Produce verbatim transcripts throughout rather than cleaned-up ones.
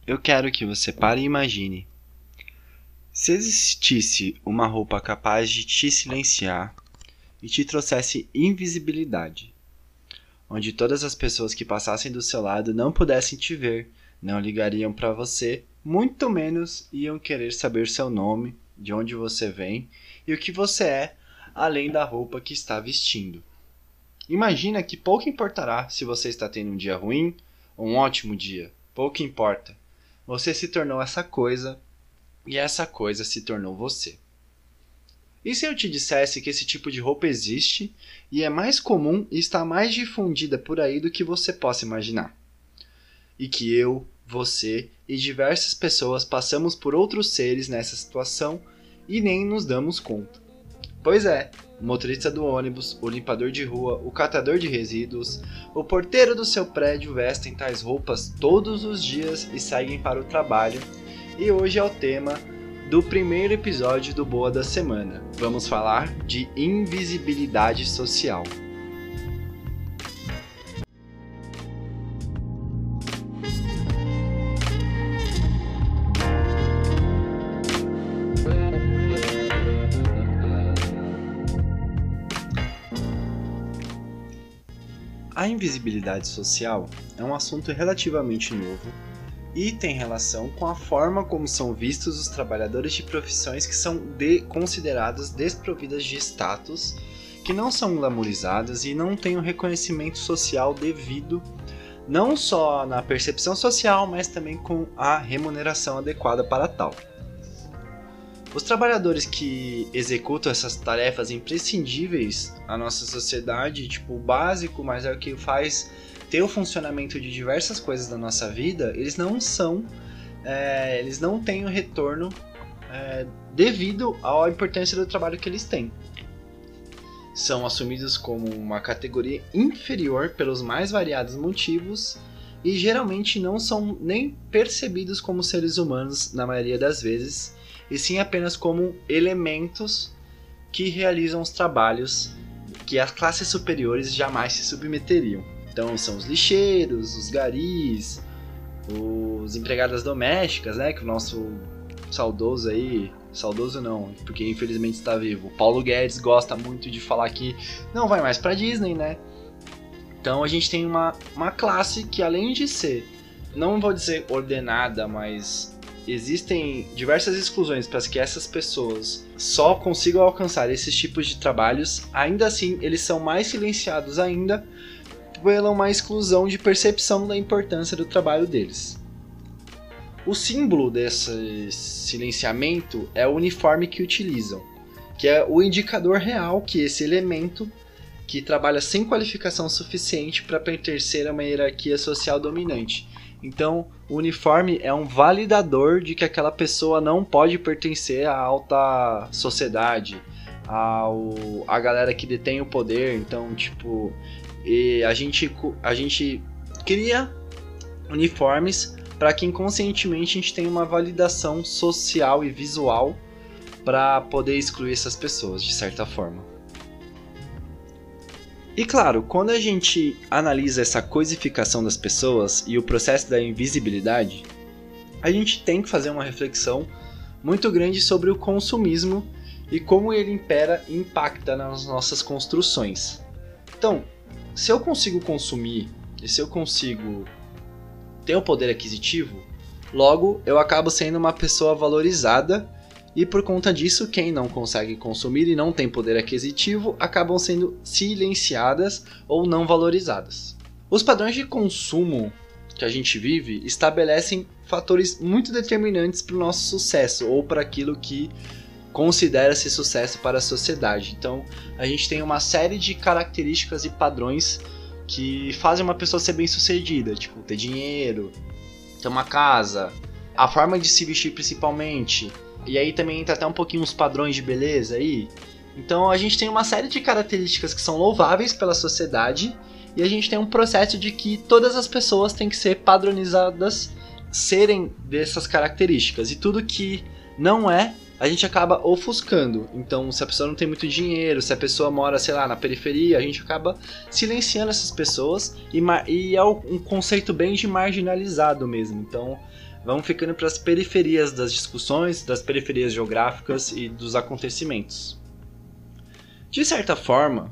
eu quero que você pare e imagine. Se existisse uma roupa capaz de te silenciar e te trouxesse invisibilidade, onde todas as pessoas que passassem do seu lado não pudessem te ver, não ligariam para você, muito menos iam querer saber seu nome, de onde você vem e o que você é, além da roupa que está vestindo. Imagina que pouco importará se você está tendo um dia ruim ou um ótimo dia. Pouco importa. Você se tornou essa coisa e essa coisa se tornou você. E se eu te dissesse que esse tipo de roupa existe e é mais comum e está mais difundida por aí do que você possa imaginar? E que eu, você e diversas pessoas passamos por outros seres nessa situação e nem nos damos conta. Pois é, o motorista do ônibus, o limpador de rua, o catador de resíduos, o porteiro do seu prédio vestem tais roupas todos os dias e seguem para o trabalho. E hoje é o tema do primeiro episódio do Boa da Semana. Vamos falar de invisibilidade social. A invisibilidade social é um assunto relativamente novo e tem relação com a forma como são vistos os trabalhadores de profissões que são de, consideradas desprovidas de status, que não são glamourizadas e não têm o reconhecimento social devido, não só na percepção social, mas também com a remuneração adequada para tal. Os trabalhadores que executam essas tarefas imprescindíveis à nossa sociedade, tipo o básico, mas é o que faz ter o funcionamento de diversas coisas da nossa vida, eles não são, é, eles não têm o retorno é, devido à importância do trabalho que eles têm. São assumidos como uma categoria inferior pelos mais variados motivos e geralmente não são nem percebidos como seres humanos na maioria das vezes, e sim apenas como elementos que realizam os trabalhos que as classes superiores jamais se submeteriam. Então são os lixeiros, os garis, os empregadas domésticas, né, que o nosso saudoso aí, saudoso não, porque infelizmente está vivo, o Paulo Guedes gosta muito de falar que não vai mais para Disney, né? Então a gente tem uma, uma classe que, além de ser, não vou dizer ordenada, mas existem diversas exclusões para que essas pessoas só consigam alcançar esses tipos de trabalhos. Ainda assim, eles são mais silenciados ainda pela uma exclusão de percepção da importância do trabalho deles. O símbolo desse silenciamento é o uniforme que utilizam, que é o indicador real que esse elemento, que trabalha sem qualificação suficiente para pertencer a uma hierarquia social dominante. Então, o uniforme é um validador de que aquela pessoa não pode pertencer à alta sociedade, ao, à galera que detém o poder. Então, tipo, e a, gente, a gente cria uniformes para que inconscientemente a gente tenha uma validação social e visual para poder excluir essas pessoas, de certa forma. E claro, quando a gente analisa essa coisificação das pessoas e o processo da invisibilidade, a gente tem que fazer uma reflexão muito grande sobre o consumismo e como ele impera e impacta nas nossas construções. Então, se eu consigo consumir e se eu consigo ter o poder aquisitivo, logo eu acabo sendo uma pessoa valorizada. E por conta disso, quem não consegue consumir e não tem poder aquisitivo acabam sendo silenciadas ou não valorizadas. Os padrões de consumo que a gente vive estabelecem fatores muito determinantes para o nosso sucesso ou para aquilo que considera-se sucesso para a sociedade. Então, a gente tem uma série de características e padrões que fazem uma pessoa ser bem-sucedida, tipo ter dinheiro, ter uma casa, a forma de se vestir principalmente. E aí também entra até um pouquinho os padrões de beleza aí. Então a gente tem uma série de características que são louváveis pela sociedade e a gente tem um processo de que todas as pessoas têm que ser padronizadas, serem dessas características. E tudo que não é, a gente acaba ofuscando. Então, se a pessoa não tem muito dinheiro, se a pessoa mora, sei lá, na periferia, a gente acaba silenciando essas pessoas e, e é um conceito bem de marginalizado mesmo. Então, vamos ficando para as periferias das discussões, das periferias geográficas e dos acontecimentos. De certa forma,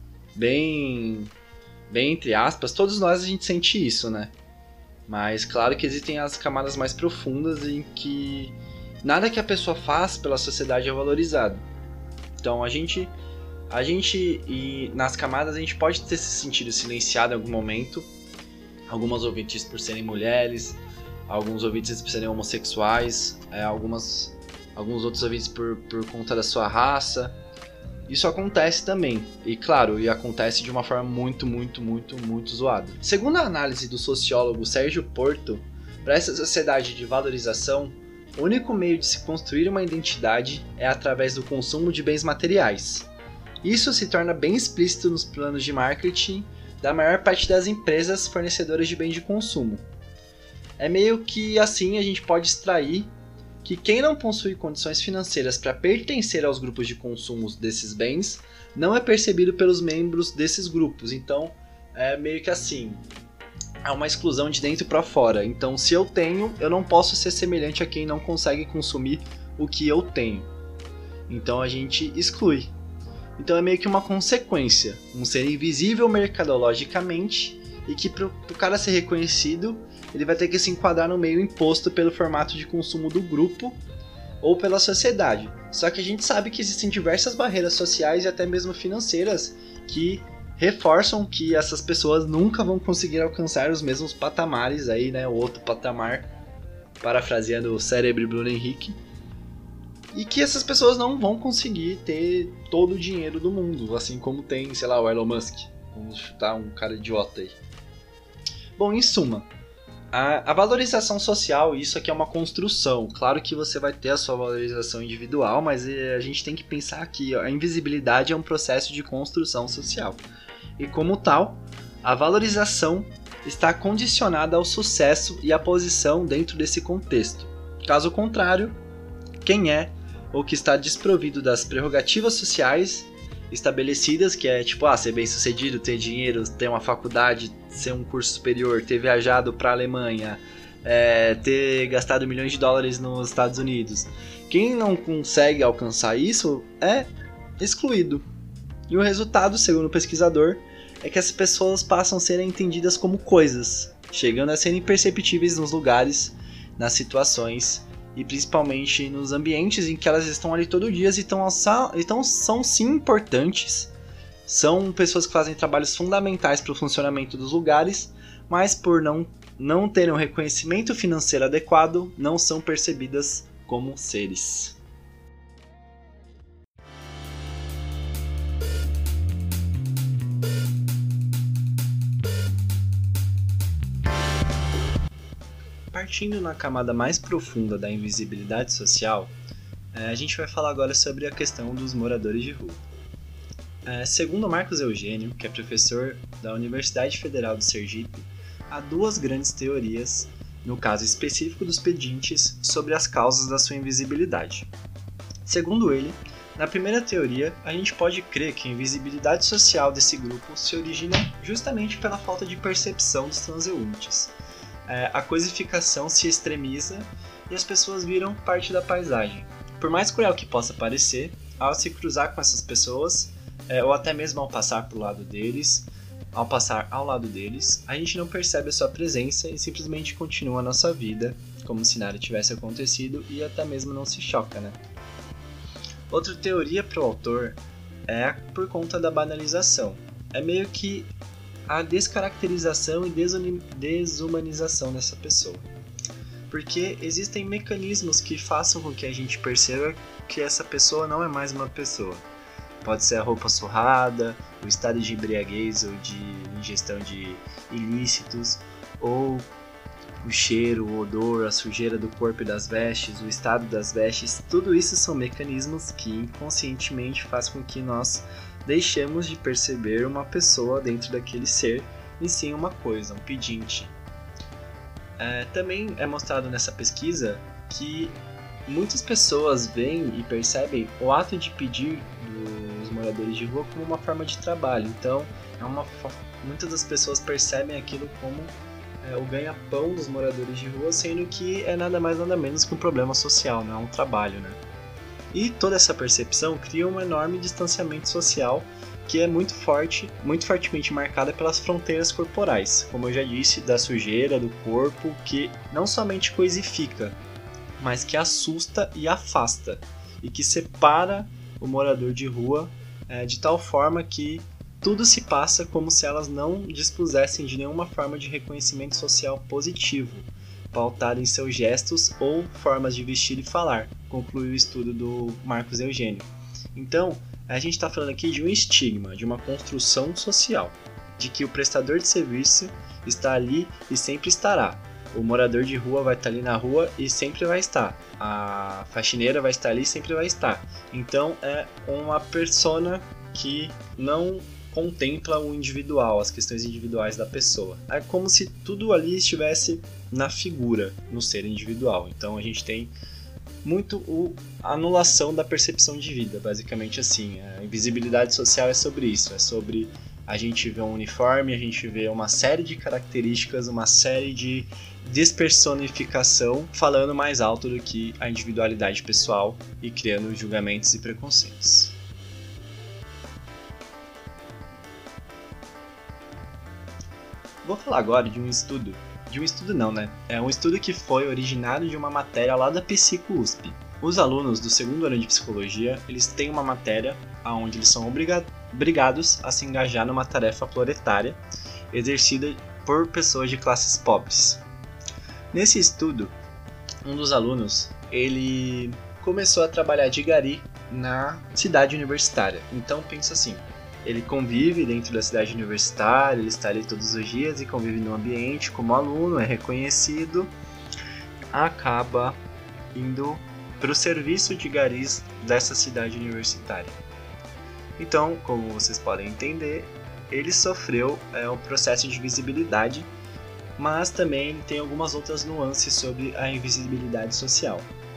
bem, bem entre aspas, todos nós a gente sente isso, né? Mas claro que existem as camadas mais profundas em que nada que a pessoa faz pela sociedade é valorizado. Então a gente, a gente e nas camadas a gente pode ter se sentido silenciado em algum momento. Algumas ouvintes por serem mulheres, alguns ouvintes por serem homossexuais, é, algumas, alguns outros ouvintes por, por conta da sua raça. Isso acontece também, e claro, e acontece de uma forma muito, muito, muito, muito zoada. Segundo a análise do sociólogo Sérgio Porto, para essa sociedade de valorização, o único meio de se construir uma identidade é através do consumo de bens materiais. Isso se torna bem explícito nos planos de marketing da maior parte das empresas fornecedoras de bens de consumo. É meio que assim a gente pode extrair que quem não possui condições financeiras para pertencer aos grupos de consumo desses bens não é percebido pelos membros desses grupos. Então, é meio que assim, é uma exclusão de dentro para fora. Então, se eu tenho, eu não posso ser semelhante a quem não consegue consumir o que eu tenho. Então, a gente exclui. Então, é meio que uma consequência, um ser invisível mercadologicamente e que para o cara ser reconhecido, ele vai ter que se enquadrar no meio imposto pelo formato de consumo do grupo ou pela sociedade. Só que a gente sabe que existem diversas barreiras sociais e até mesmo financeiras que reforçam que essas pessoas nunca vão conseguir alcançar os mesmos patamares aí, né, o outro patamar, parafraseando o cérebro Bruno Henrique, e que essas pessoas não vão conseguir ter todo o dinheiro do mundo, assim como tem, sei lá, o Elon Musk. Vamos chutar um cara idiota aí. Bom, em suma, a, a valorização social, isso aqui é uma construção. Claro que você vai ter a sua valorização individual, mas a gente tem que pensar que a invisibilidade é um processo de construção social. E como tal, a valorização está condicionada ao sucesso e à posição dentro desse contexto. Caso contrário, quem é ou que está desprovido das prerrogativas sociais estabelecidas, que é tipo, ah, ser bem sucedido, ter dinheiro, ter uma faculdade, ser um curso superior, ter viajado para a Alemanha, é, ter gastado milhões de dólares nos Estados Unidos. Quem não consegue alcançar isso é excluído. E o resultado, segundo o pesquisador, é que as pessoas passam a ser entendidas como coisas, chegando a serem imperceptíveis nos lugares, nas situações e principalmente nos ambientes em que elas estão ali todo dia. Então, então são sim importantes, são pessoas que fazem trabalhos fundamentais para o funcionamento dos lugares, mas por não, não terem um reconhecimento financeiro adequado, não são percebidas como seres. Partindo na camada mais profunda da invisibilidade social, a gente vai falar agora sobre a questão dos moradores de rua. Segundo Marcos Eugênio, que é professor da Universidade Federal de Sergipe, há duas grandes teorias, no caso específico dos pedintes, sobre as causas da sua invisibilidade. Segundo ele, na primeira teoria, a gente pode crer que a invisibilidade social desse grupo se origina justamente pela falta de percepção dos transeuntes. A coisificação se extremiza e as pessoas viram parte da paisagem. Por mais cruel que possa parecer, ao se cruzar com essas pessoas, é, ou até mesmo ao passar pro lado deles, ao passar ao lado deles, a gente não percebe a sua presença e simplesmente continua a nossa vida, como se nada tivesse acontecido, e até mesmo não se choca, né? Outra teoria para o autor é por conta da banalização. É meio que a descaracterização e desumanização dessa pessoa. Porque existem mecanismos que façam com que a gente perceba que essa pessoa não é mais uma pessoa. Pode ser a roupa surrada, o estado de embriaguez ou de ingestão de ilícitos, ou o cheiro, o odor, a sujeira do corpo e das vestes, o estado das vestes. Tudo isso são mecanismos que inconscientemente fazem com que nós deixemos de perceber uma pessoa dentro daquele ser e sim uma coisa, um pedinte. É, também é mostrado nessa pesquisa que muitas pessoas veem e percebem o ato de pedir dos moradores de rua como uma forma de trabalho. Então, é uma, muitas das pessoas percebem aquilo como é, o ganha-pão dos moradores de rua, sendo que é nada mais nada menos que um problema social, não é um trabalho, né? E toda essa percepção cria um enorme distanciamento social que é muito forte, muito fortemente marcada pelas fronteiras corporais, como eu já disse, da sujeira, do corpo, que não somente coisifica, mas que assusta e afasta, e que separa o morador de rua é, de tal forma que tudo se passa como se elas não dispusessem de nenhuma forma de reconhecimento social positivo, pautado em seus gestos ou formas de vestir e falar, conclui o estudo do Marcos Eugênio. Então, a gente está falando aqui de um estigma, de uma construção social, de que o prestador de serviço está ali e sempre estará. O morador de rua vai estar ali na rua e sempre vai estar. A faxineira vai estar ali e sempre vai estar. Então, é uma persona que não contempla o individual, as questões individuais da pessoa. É como se tudo ali estivesse na figura, no ser individual. Então, a gente tem muito o, a anulação da percepção de vida, basicamente assim. A invisibilidade social é sobre isso, é sobre a gente ver um uniforme, a gente vê uma série de características, uma série de despersonificação falando mais alto do que a individualidade pessoal e criando julgamentos e preconceitos. Vou falar agora de um estudo De um estudo não, né? É um estudo que foi originado de uma matéria lá da Psico U S P. Os alunos do segundo ano de psicologia, eles têm uma matéria onde eles são obriga- obrigados a se engajar numa tarefa proletária exercida por pessoas de classes pobres. Nesse estudo, um dos alunos, ele começou a trabalhar de gari na cidade universitária. Então pensa assim, ele convive dentro da cidade universitária, ele está ali todos os dias e convive no ambiente como aluno, é reconhecido, acaba indo para o serviço de garis dessa cidade universitária. Então, como vocês podem entender, ele sofreu é, um processo de invisibilidade, mas também tem algumas outras nuances sobre a invisibilidade social.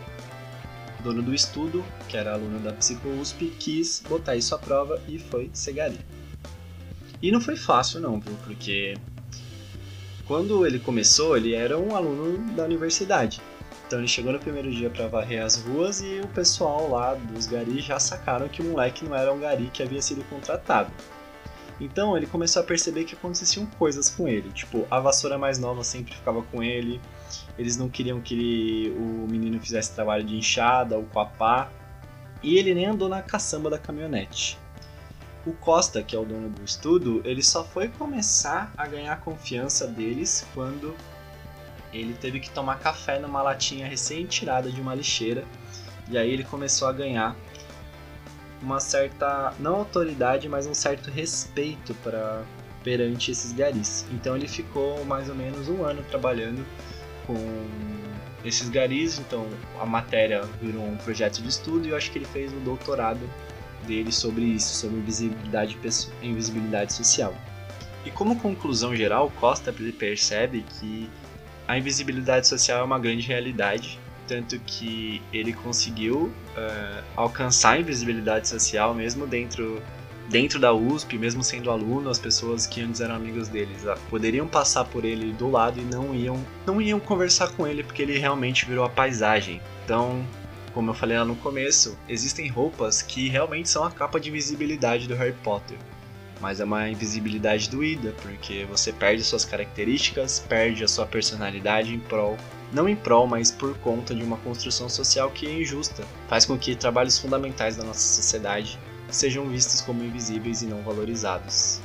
O dono do estudo, que era aluno da Psico U S P, quis botar isso à prova e foi ser gari. E não foi fácil não, viu? Porque quando ele começou, ele era um aluno da universidade. Então ele chegou no primeiro dia para varrer as ruas e o pessoal lá dos garis já sacaram que o moleque não era um gari que havia sido contratado. Então ele começou a perceber que aconteciam coisas com ele, tipo, a vassoura mais nova sempre ficava com ele, eles não queriam que ele, o menino fizesse trabalho de enxada ou com a pá, e ele nem andou na caçamba da caminhonete. O Costa, que é o dono do estudo, ele só foi começar a ganhar a confiança deles quando ele teve que tomar café numa latinha recém-tirada de uma lixeira, e aí ele começou a ganhar uma certa, não autoridade, mas um certo respeito pra, perante esses garis. Então ele ficou mais ou menos um ano trabalhando com esses garis, então a matéria virou um projeto de estudo e eu acho que ele fez o doutorado dele sobre isso, sobre invisibilidade, invisibilidade social. E como conclusão geral, Costa percebe que a invisibilidade social é uma grande realidade, tanto que ele conseguiu uh, alcançar a invisibilidade social mesmo dentro, dentro da U S P, mesmo sendo aluno, as pessoas que antes eram amigos deles uh, poderiam passar por ele do lado e não iam, não iam conversar com ele porque ele realmente virou a paisagem. Então, como eu falei lá no começo, existem roupas que realmente são a capa de invisibilidade do Harry Potter. Mas é uma invisibilidade doída, porque você perde suas características, perde a sua personalidade em prol, não em prol, mas por conta de uma construção social que é injusta. Faz com que trabalhos fundamentais da nossa sociedade sejam vistos como invisíveis e não valorizados.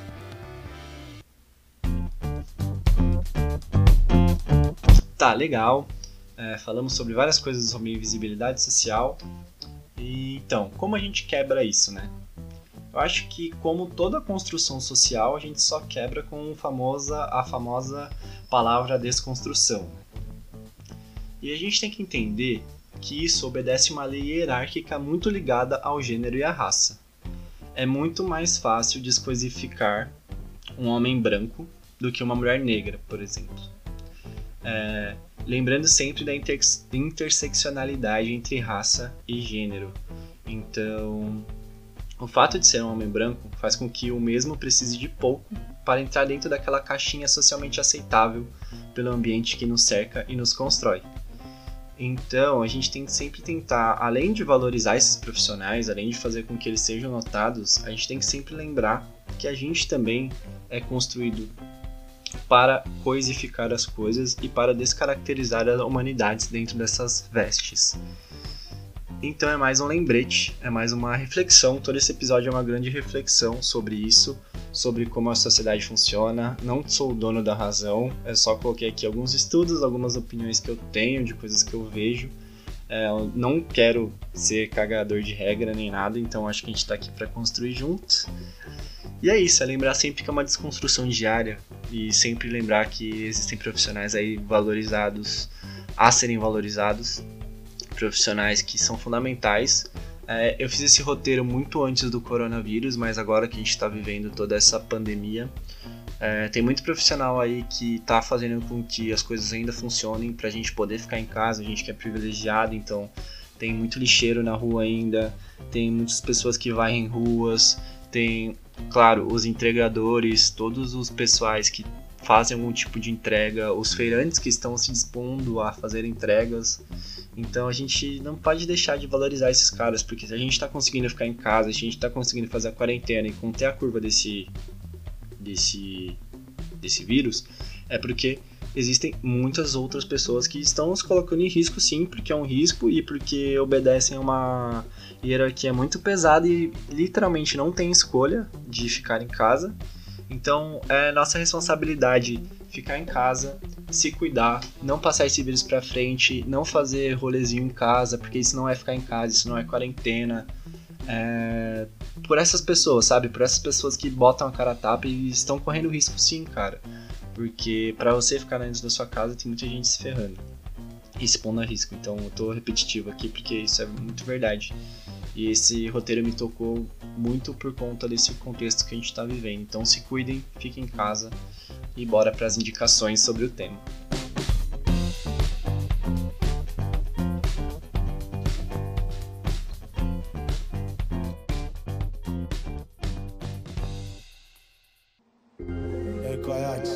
Tá, legal. É, falamos sobre várias coisas sobre invisibilidade social. E, então, como a gente quebra isso, né? Eu acho que, como toda construção social, a gente só quebra com famosa, a famosa palavra desconstrução. E a gente tem que entender que isso obedece uma lei hierárquica muito ligada ao gênero e à raça. É muito mais fácil descoisificar um homem branco do que uma mulher negra, por exemplo. É, lembrando sempre da inter- interseccionalidade entre raça e gênero. Então, o fato de ser um homem branco faz com que o mesmo precise de pouco para entrar dentro daquela caixinha socialmente aceitável pelo ambiente que nos cerca e nos constrói. Então, a gente tem que sempre tentar, além de valorizar esses profissionais, além de fazer com que eles sejam notados, a gente tem que sempre lembrar que a gente também é construído para coisificar as coisas e para descaracterizar as humanidades dentro dessas vestes. Então é mais um lembrete, é mais uma reflexão. Todo esse episódio é uma grande reflexão sobre isso, sobre como a sociedade funciona. Não sou o dono da razão, eu só coloquei aqui alguns estudos, algumas opiniões que eu tenho, de coisas que eu vejo. É, eu não quero ser cagador de regra nem nada, então acho que a gente está aqui para construir juntos. E é isso, é lembrar sempre que é uma desconstrução diária e sempre lembrar que existem profissionais aí valorizados, a serem valorizados, profissionais que são fundamentais. É, eu fiz esse roteiro muito antes do coronavírus, mas agora que a gente está vivendo toda essa pandemia, é, tem muito profissional aí que está fazendo com que as coisas ainda funcionem para a gente poder ficar em casa, a gente que é privilegiado, então tem muito lixeiro na rua ainda, tem muitas pessoas que varrem ruas, tem, claro, os entregadores, todos os pessoais que fazem algum tipo de entrega, os feirantes que estão se dispondo a fazer entregas. Então a gente não pode deixar de valorizar esses caras, porque se a gente está conseguindo ficar em casa, a gente está conseguindo fazer a quarentena e conter a curva desse, desse, desse vírus, é porque existem muitas outras pessoas que estão se colocando em risco, sim, porque é um risco e porque obedecem a uma hierarquia muito pesada e literalmente não tem escolha de ficar em casa. Então é nossa responsabilidade ficar em casa, se cuidar, não passar esse vírus pra frente, não fazer rolezinho em casa, porque isso não é ficar em casa, isso não é quarentena. É... Por essas pessoas, sabe? Por essas pessoas que botam a cara a tapa e estão correndo risco sim, cara. Porque pra você ficar dentro da sua casa tem muita gente se ferrando e se pondo a risco. Então eu tô repetitivo aqui porque isso é muito verdade. E esse roteiro me tocou muito por conta desse contexto que a gente tá vivendo. Então se cuidem, fiquem em casa e bora para as indicações sobre o tema. É Coyote.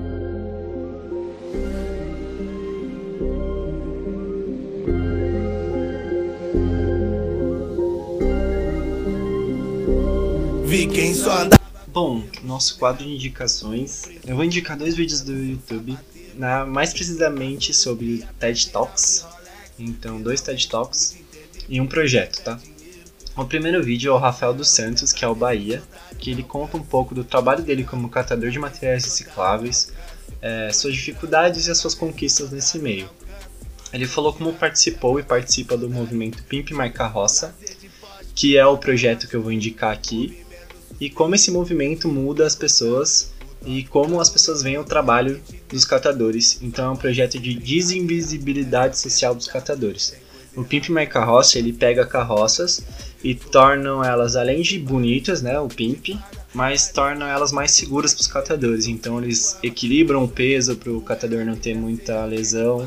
Vi quem só anda. Bom, nosso quadro de indicações, eu vou indicar dois vídeos do YouTube, na, mais precisamente sobre TED Talks, então dois TED Talks e um projeto, tá? O primeiro vídeo é o Rafael dos Santos, que é o Bahia, que ele conta um pouco do trabalho dele como catador de materiais recicláveis, é, suas dificuldades e as suas conquistas nesse meio. Ele falou como participou e participa do movimento Pimp My Carroça, que é o projeto que eu vou indicar aqui, e como esse movimento muda as pessoas e como as pessoas veem o trabalho dos catadores. Então é um projeto de desinvisibilidade social dos catadores. O Pimp My Carroça, ele pega carroças e tornam elas, além de bonitas, né, o pimp, mas tornam elas mais seguras para os catadores. Então eles equilibram o peso para o catador não ter muita lesão.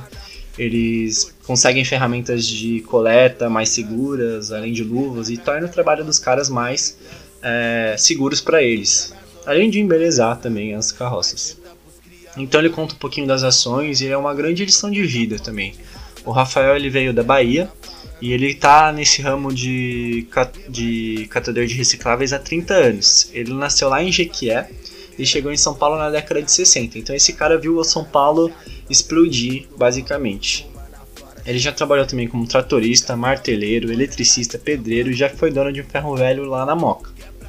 Eles conseguem ferramentas de coleta mais seguras, além de luvas, e tornam o trabalho dos caras mais é, seguros para eles, além de embelezar também as carroças. Então ele conta um pouquinho das ações e é uma grande lição de vida também. O Rafael, ele veio da Bahia e ele está nesse ramo de, de catador de recicláveis há trinta anos. Ele nasceu lá em Jequié e chegou em São Paulo na década de sessenta. Então esse cara viu o São Paulo explodir, basicamente. Ele já trabalhou também como tratorista, marteleiro, eletricista, pedreiro e já foi dono de um ferro velho lá na Moca.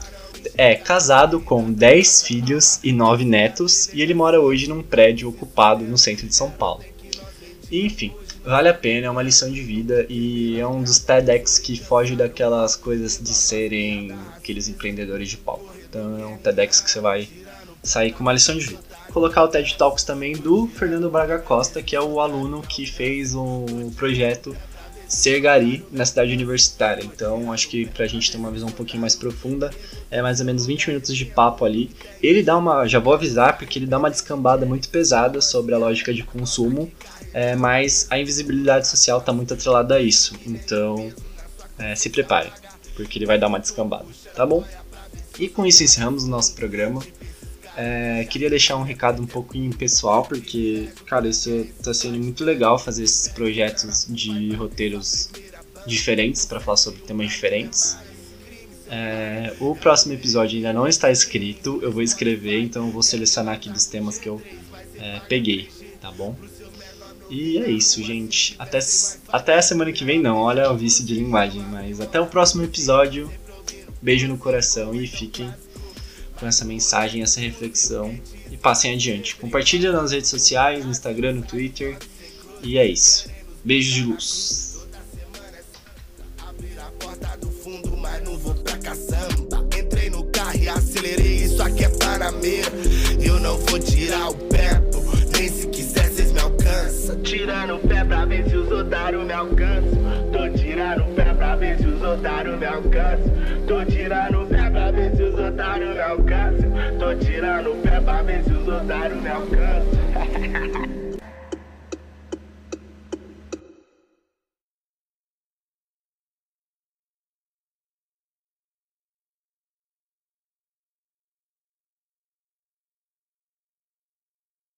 É casado com dez filhos e nove netos e ele mora hoje num prédio ocupado no centro de São Paulo. E, enfim, vale a pena, é uma lição de vida e é um dos TEDx que foge daquelas coisas de serem aqueles empreendedores de palco. Então é um TEDx que você vai sair com uma lição de vida. Vou colocar o TED Talks também do Fernando Braga Costa, que é o aluno que fez um projeto ser gari na cidade universitária. Então acho que pra gente ter uma visão um pouquinho mais profunda, é mais ou menos vinte minutos de papo ali. Ele dá uma, já vou avisar, porque ele dá uma descambada muito pesada sobre a lógica de consumo, é, mas a invisibilidade social tá muito atrelada a isso. Então é, se prepare, porque ele vai dar uma descambada, tá bom? E com isso encerramos o nosso programa. É, queria deixar um recado um pouquinho pessoal, porque, cara, isso tá sendo muito legal fazer esses projetos de roteiros diferentes para falar sobre temas diferentes. É, o próximo episódio ainda não está escrito, eu vou escrever, então eu vou selecionar aqui dos temas que eu é, peguei, tá bom? E é isso, gente. Até, até a semana que vem não, olha o vício de linguagem, mas até o próximo episódio. Beijo no coração e fiquem com essa mensagem, essa reflexão e passem adiante. Compartilha nas redes sociais, no Instagram, no Twitter. E é isso. Beijos de luz. Abrir a porta do fundo, mas não vou pra caçamba. Entrei no carro e acelerei, isso aqui é Panamera. Eu não vou tirar o pé, pô, nem se quiser cês me alcançam. Tirando o pé pra ver se os otários me alcançam. Tô tirando o pé pra ver se os otários me alcançam. Tô tirando o pé pra ver se os otários me alcançam. Tô tirando o pé pra ver se os otários me alcançam.